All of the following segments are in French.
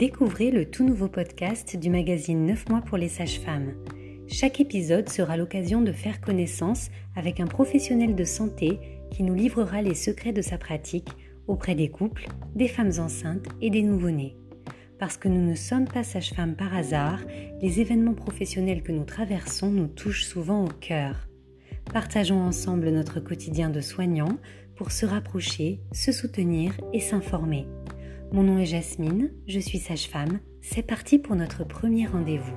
Découvrez le tout nouveau podcast du magazine 9 mois pour les sages-femmes. Chaque épisode sera l'occasion de faire connaissance avec un professionnel de santé qui nous livrera les secrets de sa pratique auprès des couples, des femmes enceintes et des nouveau-nés. Parce que nous ne sommes pas sages-femmes par hasard, les événements professionnels que nous traversons nous touchent souvent au cœur. Partageons ensemble notre quotidien de soignants pour se rapprocher, se soutenir et s'informer. Mon nom est Jasmine, je suis sage-femme. C'est parti pour notre premier rendez-vous.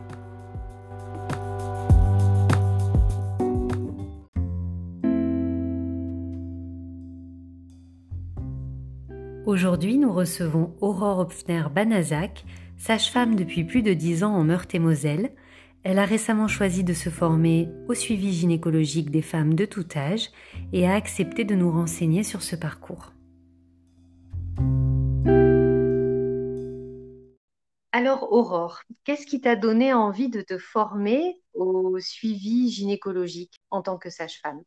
Aujourd'hui, nous recevons Aurore Hopfner-Banazac, sage-femme depuis plus de 10 ans en Meurthe-et-Moselle. Elle a récemment choisi de se former au suivi gynécologique des femmes de tout âge et a accepté de nous renseigner sur ce parcours. Alors Aurore, qu'est-ce qui t'a donné envie de te former au suivi gynécologique en tant que sage-femme?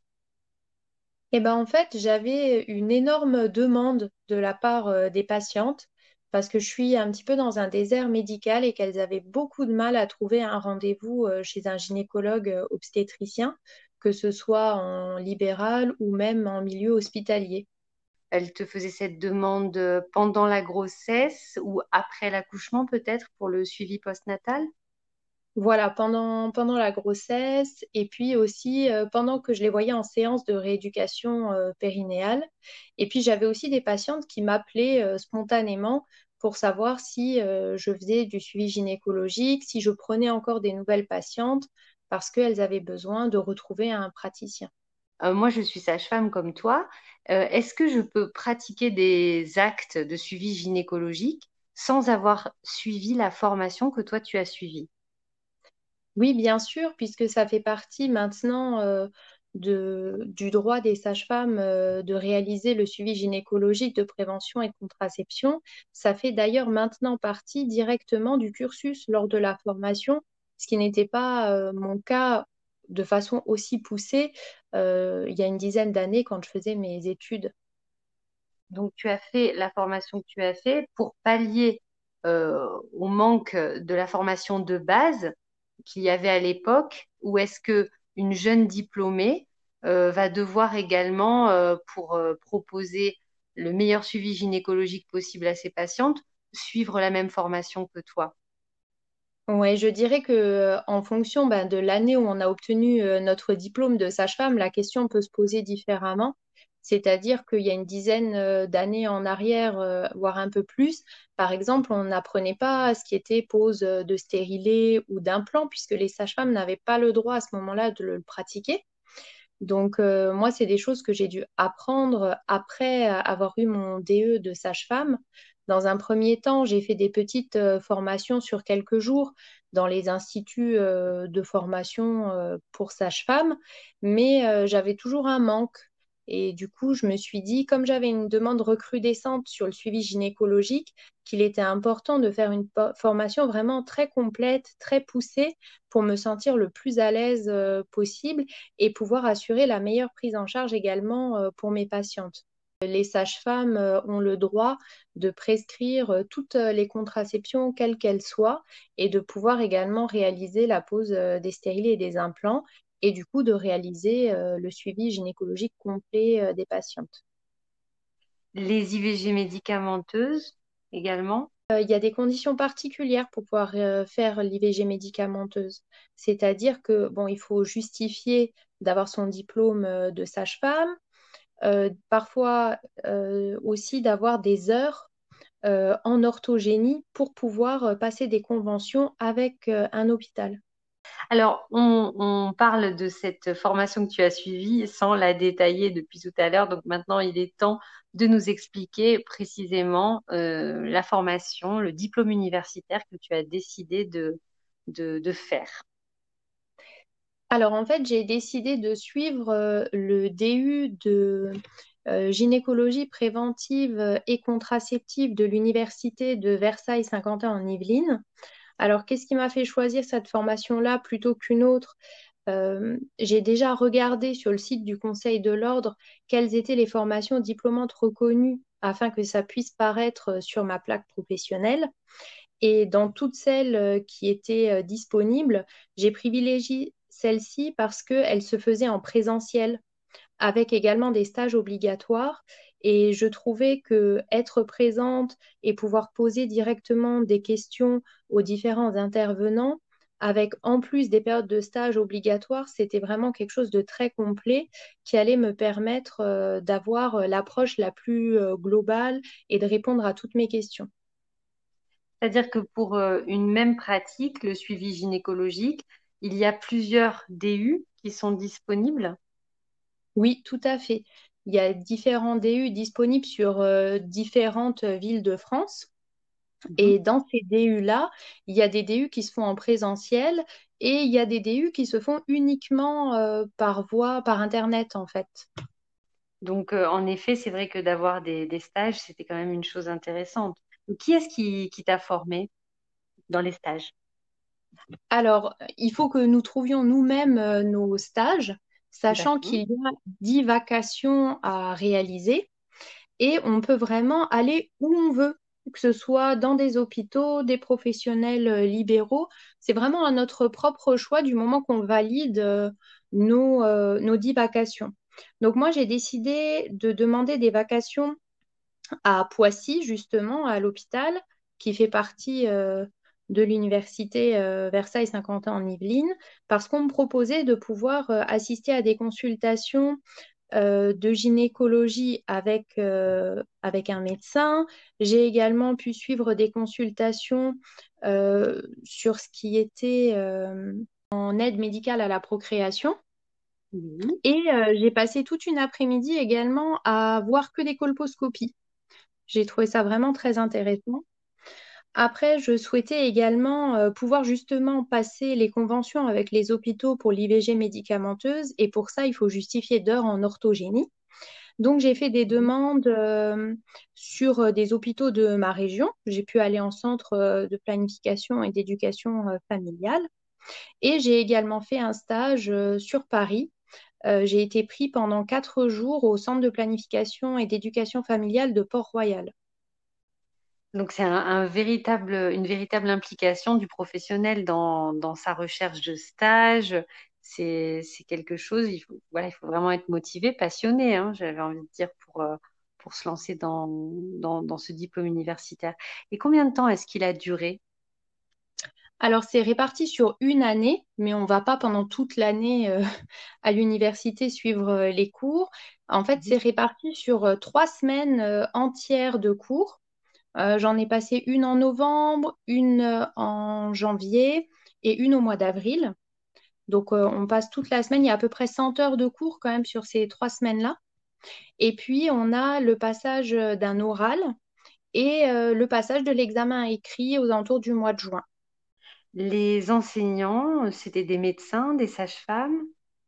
En fait, j'avais une énorme demande de la part des patientes parce que je suis un petit peu dans un désert médical et qu'elles avaient beaucoup de mal à trouver un rendez-vous chez un gynécologue obstétricien, que ce soit en libéral ou même en milieu hospitalier. Elle te faisait cette demande pendant la grossesse ou après l'accouchement peut-être pour le suivi postnatal? Voilà, pendant la grossesse et puis aussi pendant que je les voyais en séance de rééducation périnéale. Et puis j'avais aussi des patientes qui m'appelaient spontanément pour savoir si je faisais du suivi gynécologique, si je prenais encore des nouvelles patientes parce qu'elles avaient besoin de retrouver un praticien. Moi, je suis sage-femme comme toi. Est-ce que je peux pratiquer des actes de suivi gynécologique sans avoir suivi la formation que toi tu as suivie? Oui, bien sûr, puisque ça fait partie maintenant du droit des sages-femmes de réaliser le suivi gynécologique de prévention et de contraception. Ça fait d'ailleurs maintenant partie directement du cursus lors de la formation, ce qui n'était pas mon cas de façon aussi poussée il y a une dizaine d'années quand je faisais mes études. Donc, tu as fait la formation que tu as fait pour pallier au manque de la formation de base qu'il y avait à l'époque, ou est-ce que une jeune diplômée va devoir également, pour proposer le meilleur suivi gynécologique possible à ses patientes, suivre la même formation que toi? Ouais, je dirais que en fonction de l'année où on a obtenu notre diplôme de sage-femme, la question peut se poser différemment. C'est-à-dire qu'il y a une dizaine d'années en arrière, voire un peu plus, par exemple, on n'apprenait pas ce qui était pose de stérilet ou d'implant, puisque les sages-femmes n'avaient pas le droit à ce moment-là de le pratiquer. Donc, moi, c'est des choses que j'ai dû apprendre après avoir eu mon DE de sage-femme. Dans un premier temps, j'ai fait des petites formations sur quelques jours dans les instituts de formation pour sage-femme, mais j'avais toujours un manque. Et du coup, je me suis dit, comme j'avais une demande recrudescente sur le suivi gynécologique, qu'il était important de faire une formation vraiment très complète, très poussée pour me sentir le plus à l'aise possible et pouvoir assurer la meilleure prise en charge également pour mes patientes. Les sages-femmes ont le droit de prescrire toutes les contraceptions, quelles qu'elles soient, et de pouvoir également réaliser la pose des stérilets et des implants, et du coup de réaliser le suivi gynécologique complet des patientes. Les IVG médicamenteuses également? Il y a des conditions particulières pour pouvoir faire l'IVG médicamenteuse. C'est-à-dire que, bon, il faut justifier d'avoir son diplôme de sage-femme, parfois aussi d'avoir des heures en orthogénie pour pouvoir passer des conventions avec un hôpital. Alors, on parle de cette formation que tu as suivie sans la détailler depuis tout à l'heure. Donc maintenant, il est temps de nous expliquer précisément la formation, le diplôme universitaire que tu as décidé de faire. Alors en fait, j'ai décidé de suivre le DU de gynécologie préventive et contraceptive de l'université de Versailles-Saint-Quentin en Yvelines. Alors qu'est-ce qui m'a fait choisir cette formation-là plutôt qu'une autre? J'ai déjà regardé sur le site du Conseil de l'Ordre quelles étaient les formations diplômantes reconnues afin que ça puisse paraître sur ma plaque professionnelle. Et dans toutes celles qui étaient disponibles, j'ai privilégié celle-ci parce qu'elle se faisait en présentiel avec également des stages obligatoires. Et je trouvais que être présente et pouvoir poser directement des questions aux différents intervenants, avec en plus des périodes de stage obligatoires, c'était vraiment quelque chose de très complet qui allait me permettre d'avoir l'approche la plus globale et de répondre à toutes mes questions. C'est-à-dire que pour une même pratique, le suivi gynécologique, il y a plusieurs DU qui sont disponibles. Oui, tout à fait. Il y a différents DU disponibles sur différentes villes de France. Mhm. Et dans ces DU-là, il y a des DU qui se font en présentiel et il y a des DU qui se font uniquement par voie, par Internet, en fait. Donc, en effet, c'est vrai que d'avoir des stages, c'était quand même une chose intéressante. Donc, qui est-ce qui t'a formé dans les stages? Alors, il faut que nous trouvions nous-mêmes nos stages, sachant D'accord. qu'il y a 10 vacations à réaliser. Et on peut vraiment aller où on veut, que ce soit dans des hôpitaux, des professionnels libéraux. C'est vraiment à notre propre choix du moment qu'on valide nos 10 vacations. Donc moi, j'ai décidé de demander des vacations à Poissy, justement, à l'hôpital, qui fait partie de l'université Versailles-Saint-Quentin en Yvelines, parce qu'on me proposait de pouvoir assister à des consultations de gynécologie avec un médecin. J'ai également pu suivre des consultations sur ce qui était en aide médicale à la procréation. Oui. Et j'ai passé toute une après-midi également à voir que des colposcopies. J'ai trouvé ça vraiment très intéressant. Après, je souhaitais également pouvoir justement passer les conventions avec les hôpitaux pour l'IVG médicamenteuse. Et pour ça, il faut justifier d'heures en orthogénie. Donc, j'ai fait des Mhm. demandes sur des hôpitaux de ma région. J'ai pu aller en centre de planification et d'éducation familiale. Et j'ai également fait un stage sur Paris. J'ai été pris pendant 4 jours au centre de planification et d'éducation familiale de Port-Royal. Donc, c'est une véritable implication du professionnel dans sa recherche de stage. C'est quelque chose, voilà, il faut vraiment être motivé, passionné, hein, j'avais envie de dire, pour se lancer dans ce diplôme universitaire. Et combien de temps est-ce qu'il a duré? Alors, c'est réparti sur une année, mais on ne va pas pendant toute l'année à l'université suivre les cours. En fait, c'est Mhm. réparti sur 3 semaines entières de cours. J'en ai passé une en novembre, une en janvier et une au mois d'avril. Donc, on passe toute la semaine. Il y a à peu près 100 heures de cours quand même sur ces 3 semaines-là. Et puis, on a le passage d'un oral et le passage de l'examen écrit aux alentours du mois de juin. Les enseignants, c'était des médecins, des sages-femmes?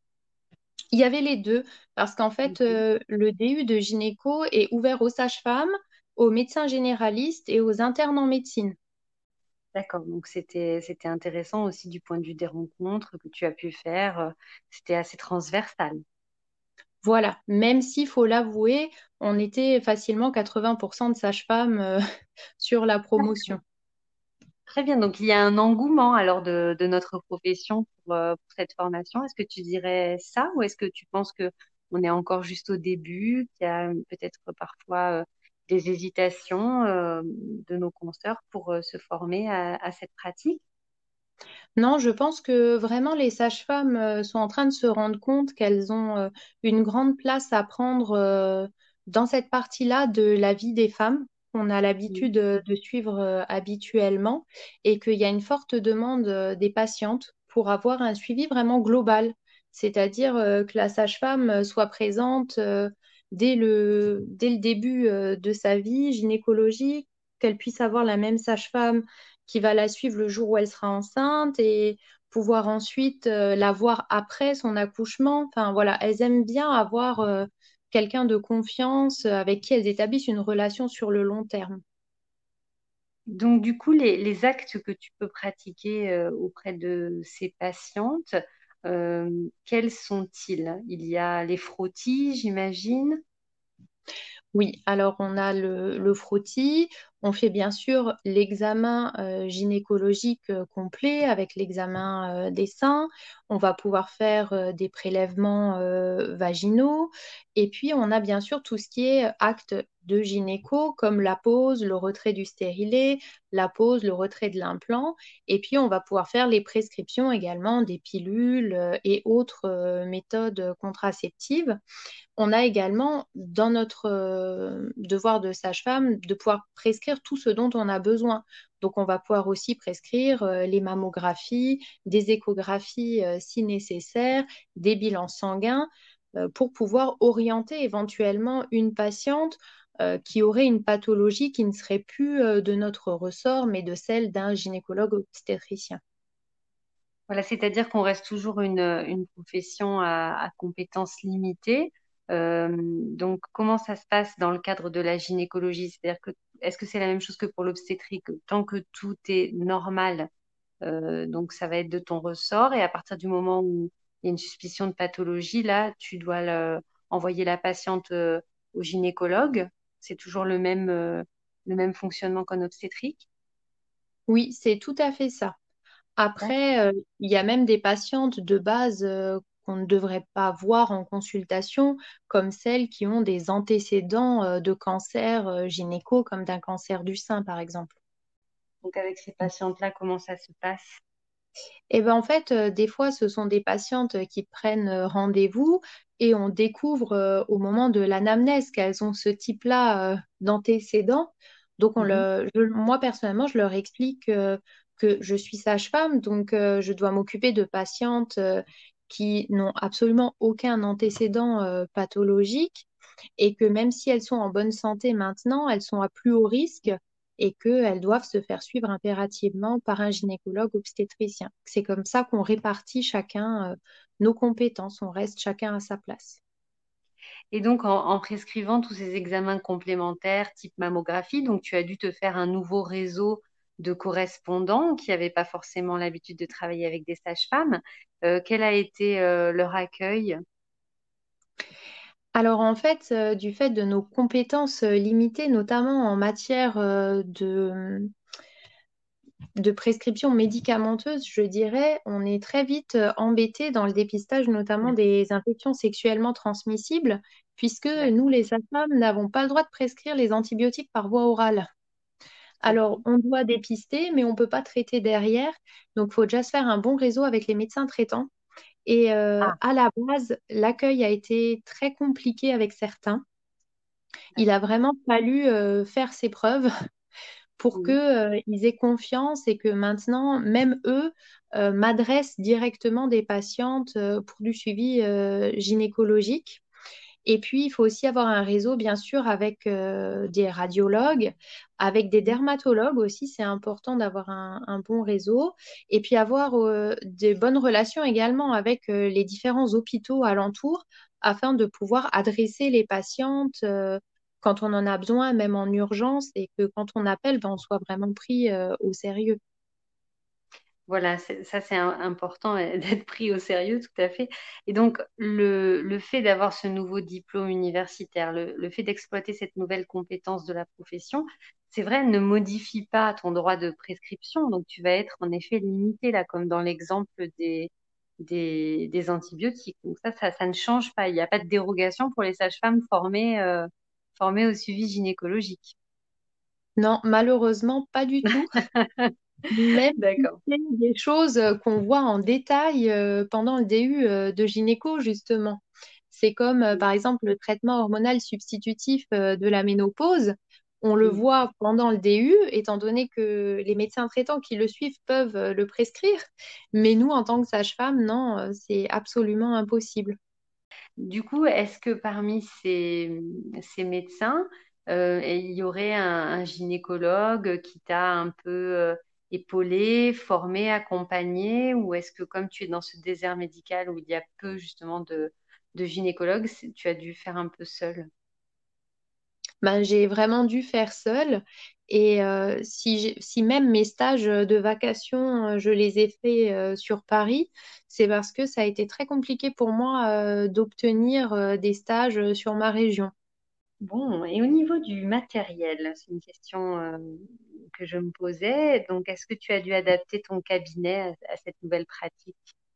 Il y avait les deux, parce qu'en fait, Ok. le DU de gynéco est ouvert aux sages-femmes, aux médecins généralistes et aux internes en médecine. D'accord, donc c'était intéressant aussi du point de vue des rencontres que tu as pu faire. C'était assez transversal. Voilà, même s'il faut l'avouer, on était facilement 80% de sages-femmes sur la promotion. Très bien, donc il y a un engouement alors de notre profession pour cette formation. Est-ce que tu dirais ça ou est-ce que tu penses que on est encore juste au début, qu'il y a peut-être parfois des hésitations de nos consoeurs pour se former à cette pratique? Non, je pense que vraiment les sages-femmes sont en train de se rendre compte qu'elles ont une grande place à prendre dans cette partie-là de la vie des femmes qu'on a Oui. l'habitude de suivre habituellement et qu'il y a une forte demande des patientes pour avoir un suivi vraiment global, c'est-à-dire que la sage-femme soit présente dès le début de sa vie gynécologique, qu'elle puisse avoir la même sage-femme qui va la suivre le jour où elle sera enceinte et pouvoir ensuite la voir après son accouchement. Enfin voilà, elles aiment bien avoir quelqu'un de confiance avec qui elles établissent une relation sur le long terme. Donc, du coup, les actes que tu peux pratiquer auprès de ces patientes, quels sont-ils? Il y a les frottis, j'imagine. Oui, alors on a le frottis, On fait bien sûr l'examen gynécologique complet avec l'examen des seins. On va pouvoir faire des prélèvements vaginaux. Et puis, on a bien sûr tout ce qui est acte de gynéco, comme la pose, le retrait du stérilet, la pose, le retrait de l'implant. Et puis, on va pouvoir faire les prescriptions également des pilules et autres méthodes contraceptives. On a également, dans notre devoir de sage-femme, de pouvoir prescrire tout ce dont on a besoin. Donc, on va pouvoir aussi prescrire les mammographies, des échographies si nécessaire, des bilans sanguins, pour pouvoir orienter éventuellement une patiente qui aurait une pathologie qui ne serait plus de notre ressort, mais de celle d'un gynécologue obstétricien. Voilà, c'est-à-dire qu'on reste toujours une profession à compétences limitées. Donc, comment ça se passe dans le cadre de la gynécologie? C'est-à-dire que est-ce que c'est la même chose que pour l'obstétrique? Tant que tout est normal, donc ça va être de ton ressort, et à partir du moment où il y a une suspicion de pathologie, là, tu dois envoyer la patiente au gynécologue. C'est toujours le même fonctionnement qu'en obstétrique. Oui, c'est tout à fait ça. Après, il y a même des patientes de base qu'on ne devrait pas voir en consultation, comme celles qui ont des antécédents de cancer gynéco, comme d'un cancer du sein, par exemple. Donc avec ces patientes-là, comment ça se passe? Et ben en fait, des fois, ce sont des patientes qui prennent rendez-vous et on découvre au moment de l'anamnèse qu'elles ont ce type-là d'antécédents. Donc, Mhm. moi, personnellement, je leur explique que je suis sage-femme, donc je dois m'occuper de patientes qui n'ont absolument aucun antécédent pathologique et que même si elles sont en bonne santé maintenant, elles sont à plus haut risque et qu'elles doivent se faire suivre impérativement par un gynécologue obstétricien. C'est comme ça qu'on répartit chacun nos compétences, on reste chacun à sa place. Et donc, en prescrivant tous ces examens complémentaires type mammographie, donc tu as dû te faire un nouveau réseau de correspondants qui n'avaient pas forcément l'habitude de travailler avec des sages-femmes. Quel a été leur accueil? Alors en fait, du fait de nos compétences limitées, notamment en matière de prescription médicamenteuse, je dirais, on est très vite embêté dans le dépistage, notamment des infections sexuellement transmissibles, puisque nous, D'accord, les sages-femmes, n'avons pas le droit de prescrire les antibiotiques par voie orale. Alors, ok. on doit dépister, mais on ne peut pas traiter derrière. Donc, il faut déjà se faire un bon réseau avec les médecins traitants. Et Ah, à la base, l'accueil a été très compliqué avec certains. Il a d'accord. vraiment fallu faire ses preuves pour que, Mhm. ils aient confiance et que maintenant, même eux, m'adressent directement des patientes pour du suivi gynécologique. Et puis, il faut aussi avoir un réseau, bien sûr, avec des radiologues, avec des Mhm. dermatologues aussi. C'est important d'avoir un bon réseau. Et puis, avoir des bonnes relations également avec les différents hôpitaux alentours afin de pouvoir adresser les patientes quand on en a besoin, même en urgence, et que quand on appelle, ben, on soit vraiment pris au sérieux. Voilà, ça c'est important d'être pris au sérieux, tout à fait. Et donc, le fait d'avoir ce nouveau diplôme universitaire, le fait d'exploiter cette nouvelle compétence de la profession, c'est vrai, ne modifie pas ton droit de prescription. Donc, tu vas être en effet limité, là, comme dans l'exemple des antibiotiques. Donc, ça ne change pas. Il n'y a pas de dérogation pour les sages-femmes formées au suivi gynécologique. Non, malheureusement, pas du tout. Même si D'accord. c'est des choses qu'on voit en détail pendant le DU de gynéco, justement. C'est comme, par exemple, le traitement hormonal substitutif de la ménopause. On le Oui. voit pendant le DU, étant donné que les médecins traitants qui le suivent peuvent le prescrire. Mais nous, en tant que sage-femme, non, c'est absolument impossible. Du coup, est-ce que parmi ces médecins, il y aurait un gynécologue qui t'a un peu épaulé, formé, accompagné, ou est-ce que comme tu es dans ce désert médical où il y a peu justement de gynécologues, tu as dû faire un peu seul? Ben, j'ai vraiment dû faire seule. Et si même mes stages de vacation, je les ai faits sur Paris, c'est parce que ça a été très compliqué pour moi d'obtenir des stages sur ma région. Bon, et au niveau du matériel, c'est une question que je me posais. Donc, est-ce que tu as dû adapter ton cabinet à cette nouvelle pratique?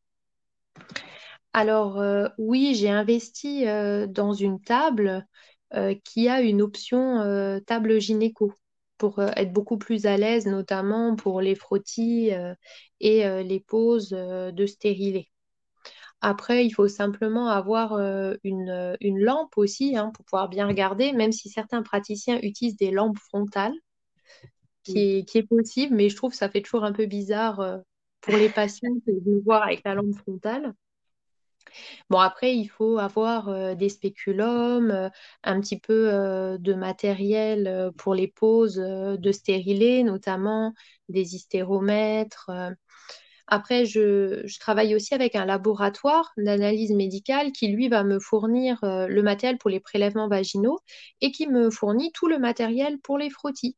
Alors oui, j'ai investi dans une table qui a une option table gynéco pour être beaucoup plus à l'aise, notamment pour les frottis et les poses de stérilet. Après, il faut simplement avoir une lampe aussi pour pouvoir bien regarder, même si certains praticiens utilisent des lampes frontales, Oui. qui est possible, mais je trouve que ça fait toujours un peu bizarre pour les patients de voir avec la lampe frontale. Bon, après, il faut avoir des spéculums, un petit peu de matériel pour les poses de stérilet, notamment des hystéromètres. Après, je travaille aussi avec un laboratoire d'analyse médicale qui, lui, va me fournir le matériel pour les prélèvements vaginaux et qui me fournit tout le matériel pour les frottis.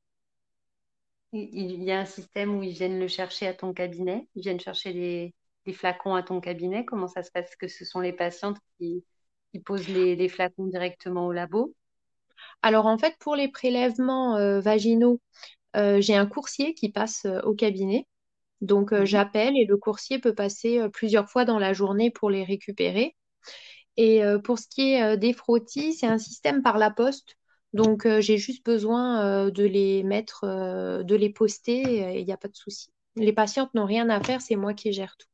Il y a un système où ils viennent le chercher à ton cabinet, ils viennent chercher les flacons à ton cabinet. Comment ça se passe? Que ce sont les patientes qui posent les flacons directement au labo? Alors, en fait, pour les prélèvements vaginaux, j'ai un coursier qui passe au cabinet. Donc, Oui. j'appelle et le coursier peut passer plusieurs fois dans la journée pour les récupérer. Et pour ce qui est des frottis, c'est un système par la poste. Donc, j'ai juste besoin de les mettre, de les poster et il n'y a pas de souci. Les patientes n'ont rien à faire, c'est moi qui gère tout.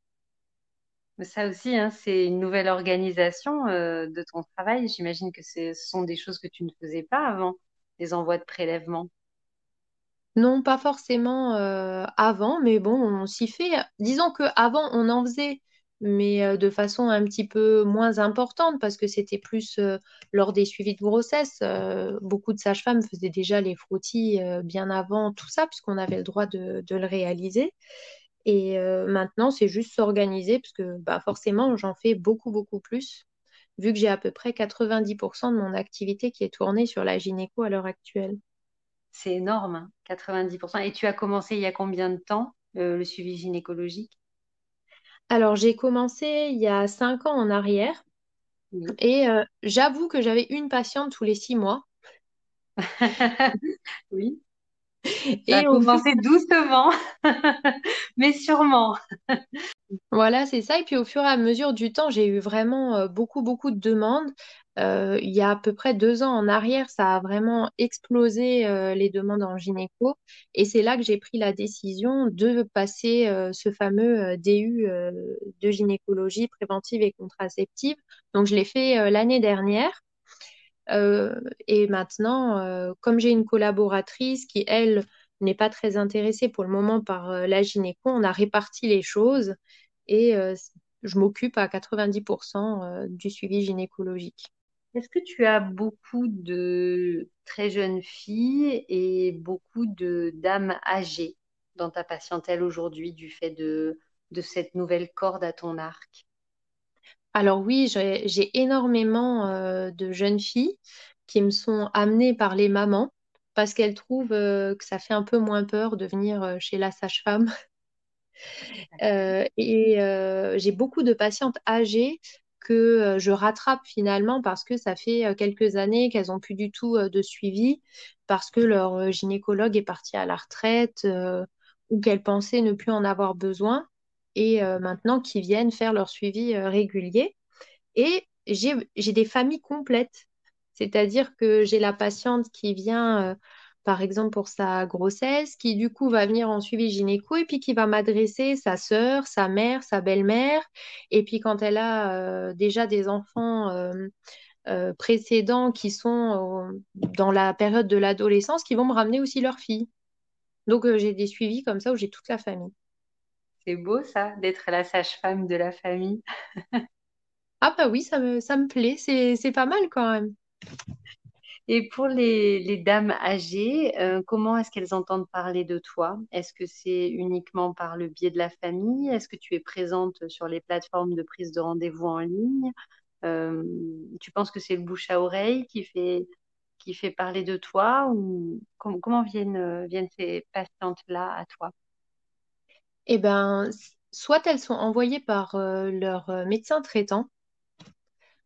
Mais ça aussi, hein, c'est une nouvelle organisation de ton travail. J'imagine que ce sont des choses que tu ne faisais pas avant, les envois de prélèvements. Non, pas forcément avant, mais bon, on s'y fait. Disons que avant on en faisait, mais de façon un petit peu moins importante parce que c'était plus lors des suivis de grossesse. Beaucoup de sages-femmes faisaient déjà les frottis bien avant tout ça, puisqu'on avait le droit de le réaliser. Et maintenant, c'est juste s'organiser, parce que bah, forcément, j'en fais beaucoup, beaucoup plus, vu que j'ai à peu près 90% de mon activité qui est tournée sur la gynéco à l'heure actuelle. C'est énorme, hein, 90%. Et tu as commencé il y a combien de temps, le suivi gynécologique? Alors, j'ai commencé il y a 5 ans en arrière Oui. et j'avoue que j'avais une patiente tous les 6 mois. Oui. Ça a Et au fur commencé doucement, mais sûrement. Voilà, c'est ça. Et puis au fur et à mesure du temps, j'ai eu vraiment beaucoup, beaucoup de demandes. Il y a à peu près 2 ans en arrière, ça a vraiment explosé les demandes en gynéco. Et c'est là que j'ai pris la décision de passer ce fameux DU de gynécologie préventive et contraceptive. Donc je l'ai fait l'année dernière. Et maintenant, comme j'ai une collaboratrice qui, elle, n'est pas très intéressée pour le moment par la gynéco, on a réparti les choses et je m'occupe à 90% du suivi gynécologique. Est-ce que tu as beaucoup de très jeunes filles et beaucoup de dames âgées dans ta patientèle aujourd'hui du fait de cette nouvelle corde à ton arc? Alors oui, j'ai énormément de jeunes filles qui me sont amenées par les mamans parce qu'elles trouvent que ça fait un peu moins peur de venir chez la sage-femme. Et j'ai beaucoup de patientes âgées que je rattrape finalement parce que ça fait quelques années qu'elles n'ont plus du tout de suivi, parce que leur gynécologue est parti à la retraite ou qu'elles pensaient ne plus en avoir besoin, et maintenant qui viennent faire leur suivi régulier. Et j'ai des familles complètes. C'est-à-dire que j'ai la patiente qui vient, par exemple, pour sa grossesse, qui du coup va venir en suivi gynéco et puis qui va m'adresser sa sœur, sa mère, sa belle-mère. Et puis quand elle a déjà des enfants précédents qui sont dans la période de l'adolescence, qui vont me ramener aussi leur fille. Donc j'ai des suivis comme ça où j'ai toute la famille. C'est beau ça, d'être la sage-femme de la famille. Ah bah oui, ça me plaît, c'est pas mal quand même. Et pour les dames âgées, comment est-ce qu'elles entendent parler de toi? Est-ce que c'est uniquement par le biais de la famille? Est-ce que tu es présente sur les plateformes de prise de rendez-vous en ligne? Euh, Tu penses que c'est le bouche à oreille qui fait parler de toi ou comment viennent ces patientes-là à toi? Eh ben, soit elles sont envoyées par leur médecin traitant,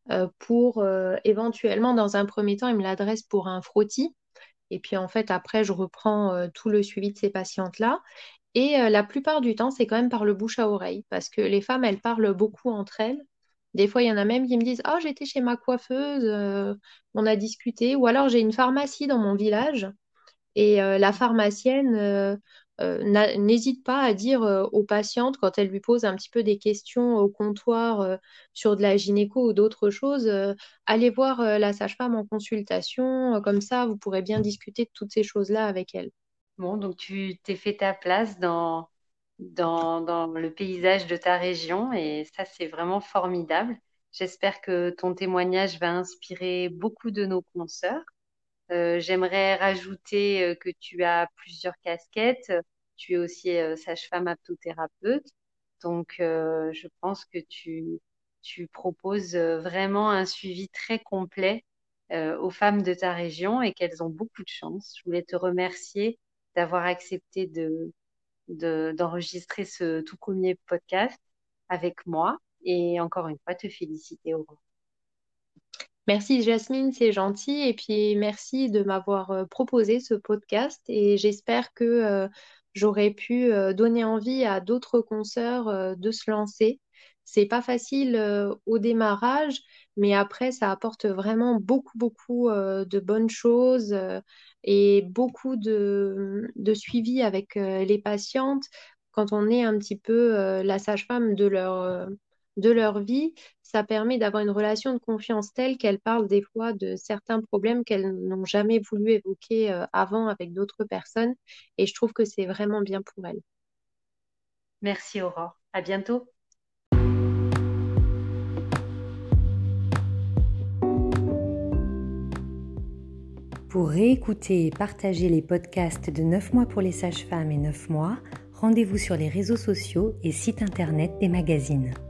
pour éventuellement, dans un premier temps, il me l'adresse pour un frottis. Et puis en fait, après, je reprends tout le suivi de ces patientes-là. Et la plupart du temps, c'est quand même par le bouche à oreille, parce que les femmes, elles parlent beaucoup entre elles. Des fois, il y en a même qui me disent, oh, j'étais chez ma coiffeuse, on a discuté. Ou alors, j'ai une pharmacie dans mon village. Et la pharmacienne n'hésite pas à dire aux patientes, quand elle lui pose un petit peu des questions au comptoir sur de la gynéco ou d'autres choses, allez voir la sage-femme en consultation, comme ça vous pourrez bien discuter de toutes ces choses-là avec elle. Bon, donc tu t'es fait ta place dans le paysage de ta région et ça, c'est vraiment formidable. J'espère que ton témoignage va inspirer beaucoup de nos consoeurs. J'aimerais rajouter que tu as plusieurs casquettes. Tu es aussi sage-femme aptothérapeute. Donc, je pense que tu proposes vraiment un suivi très complet aux femmes de ta région et qu'elles ont beaucoup de chance. Je voulais te remercier d'avoir accepté d'enregistrer ce tout premier podcast avec moi et encore une fois te féliciter, Aurore. Merci Jasmine, c'est gentil. Et puis merci de m'avoir proposé ce podcast et j'espère que j'aurai pu donner envie à d'autres consoeurs de se lancer. C'est pas facile au démarrage, mais après ça apporte vraiment beaucoup de bonnes choses et beaucoup de suivi avec les patientes quand on est un petit peu la sage-femme de leur vie. Ça permet d'avoir une relation de confiance telle qu'elles parlent des fois de certains problèmes qu'elles n'ont jamais voulu évoquer avant avec d'autres personnes. Et je trouve que c'est vraiment bien pour elles. Merci, Aurore. À bientôt. Pour réécouter et partager les podcasts de 9 mois pour les sages-femmes et 9 mois, rendez-vous sur les réseaux sociaux et site internet des magazines.